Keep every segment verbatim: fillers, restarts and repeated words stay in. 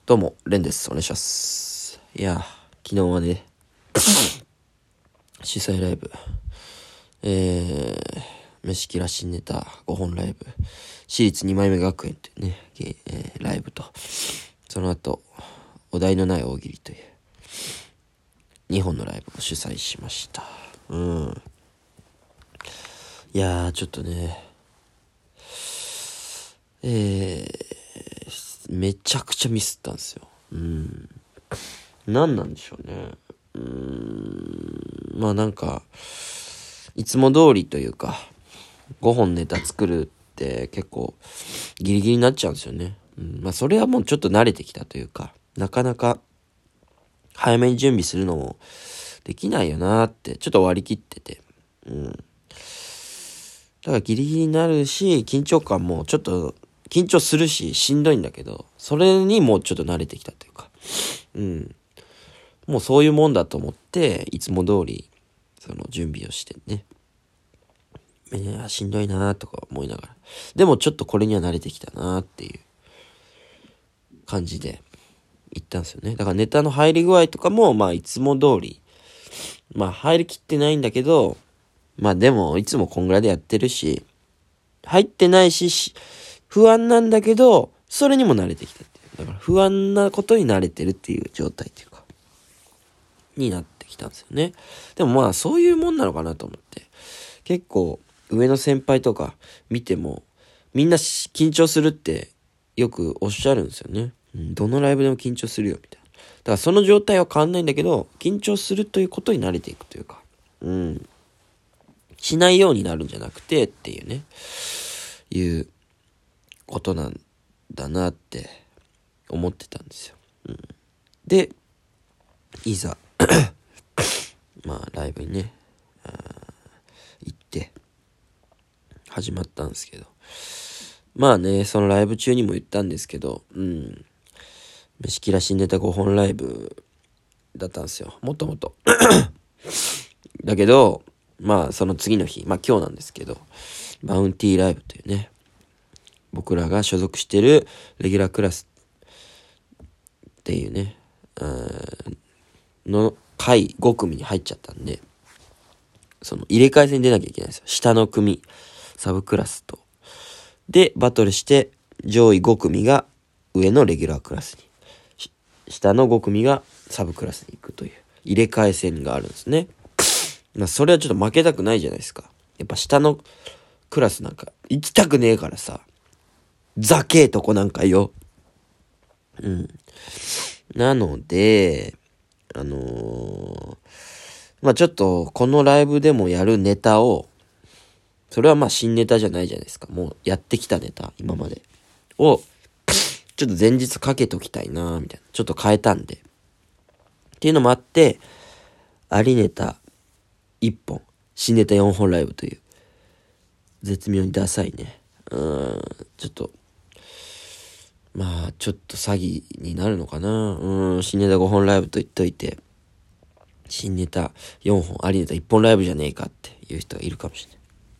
どうも、レンです。お願いします。いや、昨日はね、主催ライブ、えー、飯キラ新ネタごほんライブ、私立にまいめ学園というね、えー、ライブと、その後、お題のない大喜利という、にほんのライブを主催しました。うん。いやー、ちょっとね、えー、めちゃくちゃミスったんですよ。うん。何なんでしょうね。うーん。まあなんか、いつも通りというか、ごほんネタ作るって結構ギリギリになっちゃうんですよね。うん、まあそれはもうちょっと慣れてきたというか、なかなか早めに準備するのもできないよなーってちょっと割り切ってて。うん。だからギリギリになるし、緊張感もちょっと緊張するししんどいんだけど、それにもうちょっと慣れてきたというか。うん。もうそういうもんだと思って、いつも通り、その準備をしてね。えー、しんどいなーとか思いながら。でもちょっとこれには慣れてきたなーっていう感じで行ったんですよね。だからネタの入り具合とかも、まあいつも通り、まあ入りきってないんだけど、まあでもいつもこんぐらいでやってるし、入ってないし、し不安なんだけど、それにも慣れてきたっていう。だから不安なことに慣れてるっていう状態っていうか。になってきたんですよね。でもまあそういうもんなのかなと思って。結構上の先輩とか見てもみんな緊張するってよくおっしゃるんですよね。うん、どのライブでも緊張するよみたいな。だからその状態は変わんないんだけど、緊張するということに慣れていくというか、うん。しないようになるんじゃなくてっていうね、いうことなんだなって思ってたんですよ。うん、で、いざまあライブにね行って始まったんですけど、まあね、そのライブ中にも言ったんですけど、うん飯キラ新ネタごほんライブだったんですよ、もともと。だけどまあその次の日、まあ今日なんですけど、マウンティーライブというね、僕らが所属してるレギュラークラスっていうね、うんの回ごくみに入っちゃったんで、その入れ替え戦に出なきゃいけないんですよ。下の組、サブクラスと。で、バトルして上位ごくみが上のレギュラークラスに。下のごくみがサブクラスに行くという入れ替え戦があるんですね。まあそれはちょっと負けたくないじゃないですか。やっぱ下のクラスなんか行きたくねえからさ。ざけえとこなんかよ。うん。なので、あのー、まあちょっとこのライブでもやるネタを、それはまあ新ネタじゃないじゃないですか。もうやってきたネタ、今まで。を、ちょっと前日かけときたいなみたいな。ちょっと変えたんで。っていうのもあって、ありネタいっぽん、新ネタよんほんライブという、絶妙にダサいね。うーん、ちょっと、まあ、ちょっと詐欺になるのかな。うん、新ネタごほんライブと言っといて、新ネタよんほん、ありネタいっぽんライブじゃねえかっていう人がいるかもしれない。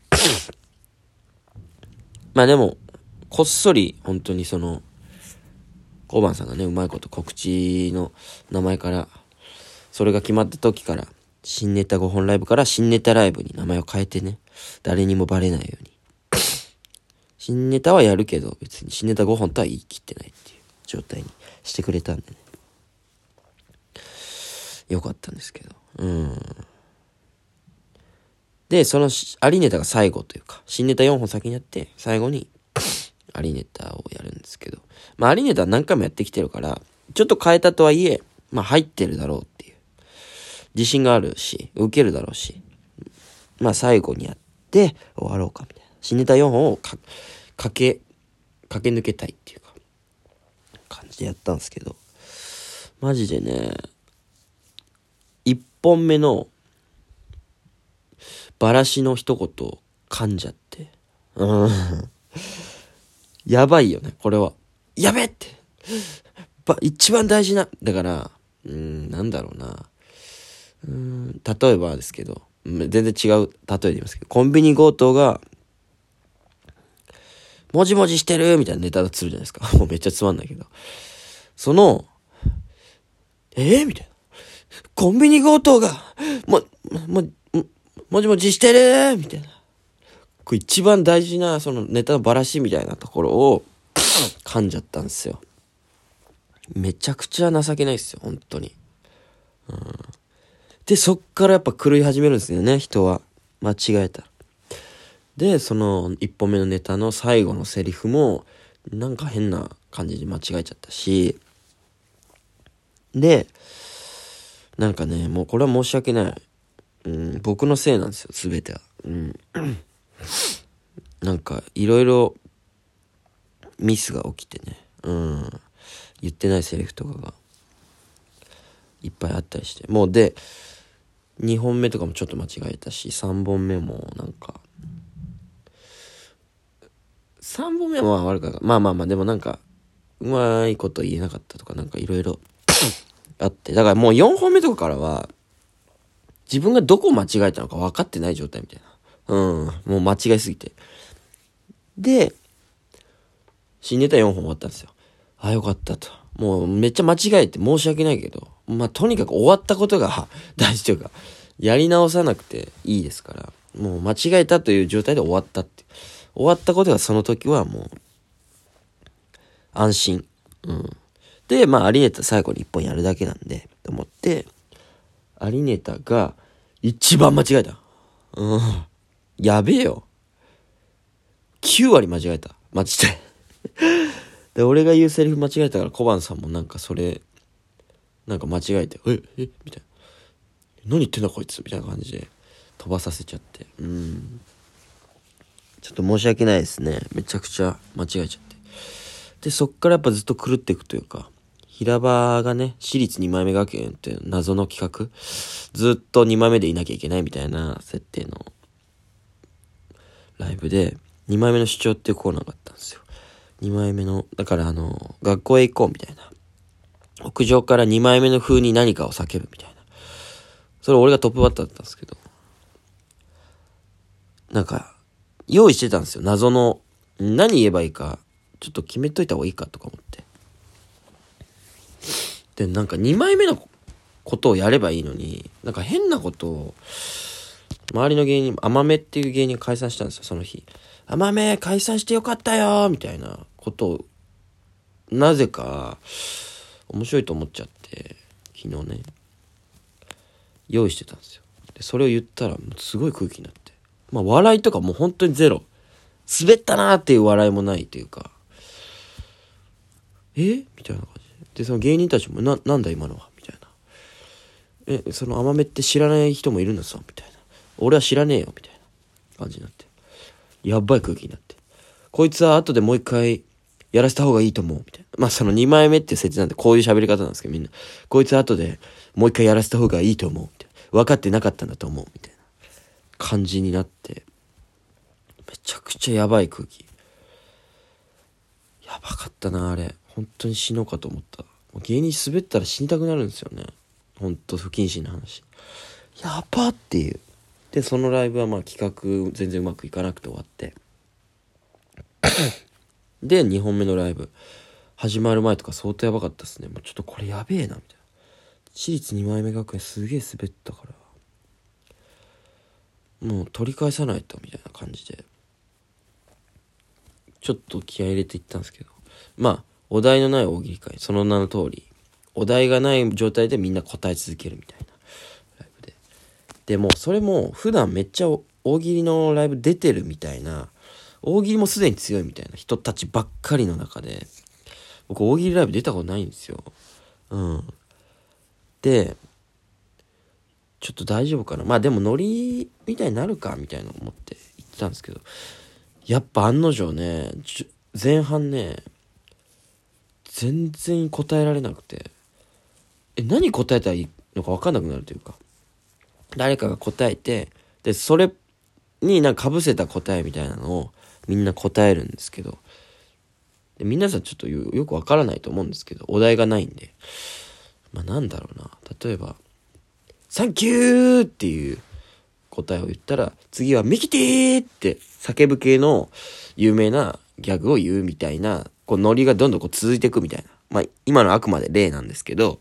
まあでも、こっそり、本当にその、コバンさんがね、うまいこと告知の名前から、それが決まった時から、新ネタごほんライブから新ネタライブに名前を変えてね、誰にもバレないように。新ネタはやるけど、別に新ネタごほんとは言い切ってないっていう状態にしてくれたんでね。よかったんですけど。うん。で、そのありネタが最後というか、新ネタよんほん先にやって、最後にありネタをやるんですけど、まあありネタは何回もやってきてるから、ちょっと変えたとはいえ、まあ入ってるだろうっていう。自信があるし、受けるだろうし、まあ最後にやって終わろうかみたいな。新ネタよんほんをか駆け、駆け抜けたいっていうか、感じでやったんですけど、マジでね、いっぽんめのバラシの一言噛んじゃって、うん。やばいよね、これは。やべって。ば、一番大事な、だから、うーん、なんだろうな。うーん、例えばですけど、全然違う例えで言いますけど、コンビニ強盗が、もじもじしてるみたいなネタだとするじゃないですか。もうめっちゃつまんないけど。 その、えー、みたいな。コンビニ強盗が、も、も、も、もじもじしてるみたいな。これ一番大事な、そのネタのバラシみたいなところを、噛んじゃったんですよ。めちゃくちゃ情けないですよ、本当に。うん、で、そっからやっぱ狂い始めるんですよね、人は。間違えたら。で、その一本目のネタの最後のセリフも、なんか変な感じで間違えちゃったし、で、なんかね、もうこれは申し訳ない。うん、僕のせいなんですよ、すべては。うん。なんか、いろいろミスが起きてね。うん。言ってないセリフとかがいっぱいあったりして。もうで、にほんめとかもちょっと間違えたし、さんぼんめもなんか、さんぼんめは悪かった。まあまあまあ、でもなんか、うまいこと言えなかったとかなんかいろいろあって。だからもうよんほんめとかからは、自分がどこを間違えたのか分かってない状態みたいな。うん。もう間違いすぎて。で、新ネタよんほん終わったんですよ。あ、よかったと。もうめっちゃ間違えて申し訳ないけど、まあとにかく終わったことが大事というか、やり直さなくていいですから、もう間違えたという状態で終わったって。終わったことがその時はもう、安心。うん。で、まあアリネタ最後に一本やるだけなんで、と思って、アリネタが一番間違えた。うん。やべえよ。きゅうわり間違えた。マジで。で、俺が言うセリフ間違えたから小判さんもなんかそれ、なんか間違えて、え、えみたいな。何言ってんだこいつみたいな感じで飛ばさせちゃって。うん。ちょっと申し訳ないですね。めちゃくちゃ間違えちゃって。で、そっからやっぱずっと狂っていくというか、平場がね、私立にまいめ学園っていう謎の企画、ずっとにまいめでいなきゃいけないみたいな設定のライブで、にまいめの主張っていうコーナーがあったんですよ。にまいめの、だからあの、学校へ行こうみたいな。屋上からにまいめの風に何かを叫ぶみたいな。それ俺がトップバッターだったんですけど、なんか、用意してたんですよ。謎の、何言えばいいか、ちょっと決めといた方がいいかとか思って。で、なんかにまいめのことをやればいいのに、なんか変なことを、周りの芸人、甘めっていう芸人解散したんですよ、その日。甘め解散してよかったよみたいなことを、なぜか、面白いと思っちゃって、昨日ね、用意してたんですよ。で、それを言ったら、もうすごい空気になって。まあ、笑いとかもう本当にゼロ。滑ったなーっていう笑いもないというか、えみたいな感じで。で、その芸人たちも、な、なんだ今のはみたいな。え、その甘めって知らない人もいるんだぞみたいな。俺は知らねえよみたいな感じになって。やばい空気になって。こいつは後でもう一回やらせた方がいいと思うみたいな。まあそのにまいめっていう説なんでこういう喋り方なんですけどみんな。こいつは後でもう一回やらせた方がいいと思うみたいな。分かってなかったんだと思うみたいな感じになって。めちゃくちゃやばい空気。やばかったなあれ。本当に死のうかと思った。もう芸人滑ったら死にたくなるんですよね。本当不謹慎な話。やばっていう。で、そのライブはまあ企画全然うまくいかなくて終わって。で、にほんめのライブ。始まる前とか相当やばかったっすね。もうちょっとこれやべえな、みたいな。私立にまいめ学園すげえ滑ったから。もう取り返さないと、みたいな感じで。ちょっと気合い入れていったんですけど。まあ、お題のない大喜利会。その名の通り。お題がない状態でみんな答え続けるみたいなライブで。でも、それも普段めっちゃ大喜利のライブ出てるみたいな、大喜利もすでに強いみたいな人たちばっかりの中で、僕大喜利ライブ出たことないんですよ。うん。で、ちょっと大丈夫かな。まあでもノリみたいになるか、みたいな思って言ってたんですけど、やっぱ案の定ね、前半ね、全然答えられなくて、え、何答えたらいいのか分かんなくなるというか、誰かが答えて、で、それになんか被せた答えみたいなのをみんな答えるんですけど、で皆さんちょっと よ, よく分からないと思うんですけど、お題がないんで、まあなんだろうな、例えば、サンキューっていう答えを言ったら、次はミキティーって叫ぶ系の有名なギャグを言うみたいな、こうノリがどんどんこう続いていくみたいなまあ今のあくまで例なんですけど、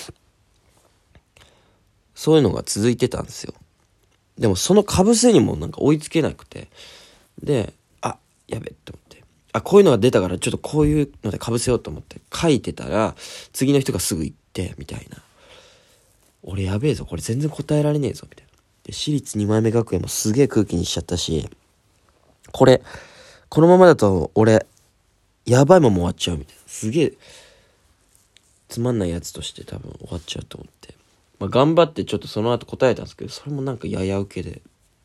そういうのが続いてたんですよ。でもその被せにもなんか追いつけなくて、で、あ、やべって思って、あ、こういうのが出たからちょっとこういうので被せようと思って書いてたら、次の人がすぐ行ってみたいな、俺やべえぞ、これ全然答えられねえぞみたいな。で、私立にまいめ学園もすげえ空気にしちゃったし、これこのままだと俺やばいまま終わっちゃうみたいな、すげえつまんないやつとして多分終わっちゃうと思って、まあ、頑張ってちょっとその後答えたんですけど、それもなんかやや受けで、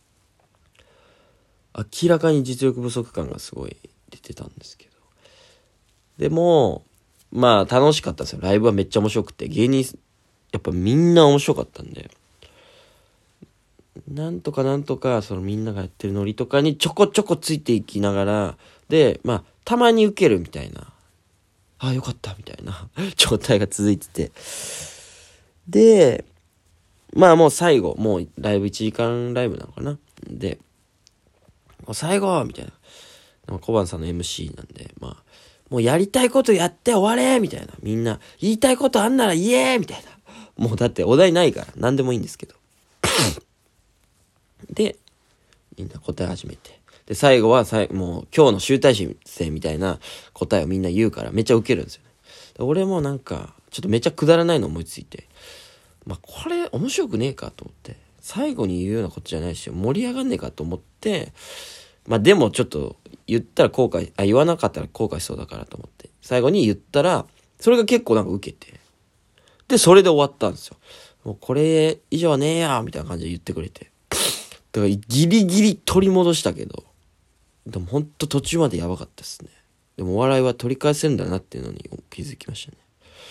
明らかに実力不足感がすごい出てたんですけど、でもまあ楽しかったですよ。ライブはめっちゃ面白くて、芸人やっぱみんな面白かったんで、なんとかなんとかそのみんながやってるノリとかにちょこちょこついていきながら、でまあたまに受けるみたいな、ああよかったみたいな状態が続いてて、でまあもう最後、もうライブいちじかんライブなのかな、でもう最後みたいな、小判さんの エムシー なんで、まあもうやりたいことやって終われみたいな、みんな言いたいことあんなら言えみたいな、もうだってお題ないから何でもいいんですけどでみんな答え始めて、で最後はさいもう今日の集大成みたいな答えをみんな言うからめっちゃウケるんですよね。で俺もなんかちょっとめっちゃくだらないの思いついて、まあこれ面白くねえかと思って、最後に言うようなことじゃないし盛り上がんねえかと思って、まあでもちょっと言ったら後悔、あ言わなかったら後悔しそうだからと思って最後に言ったら、それが結構なんか受けて、でそれで終わったんですよ。もうこれ以上はねえやみたいな感じで言ってくれて、だからギリギリ取り戻したけど、でもほんと途中までやばかったですね。でもお笑いは取り返せるんだなっていうのに気づきましたね。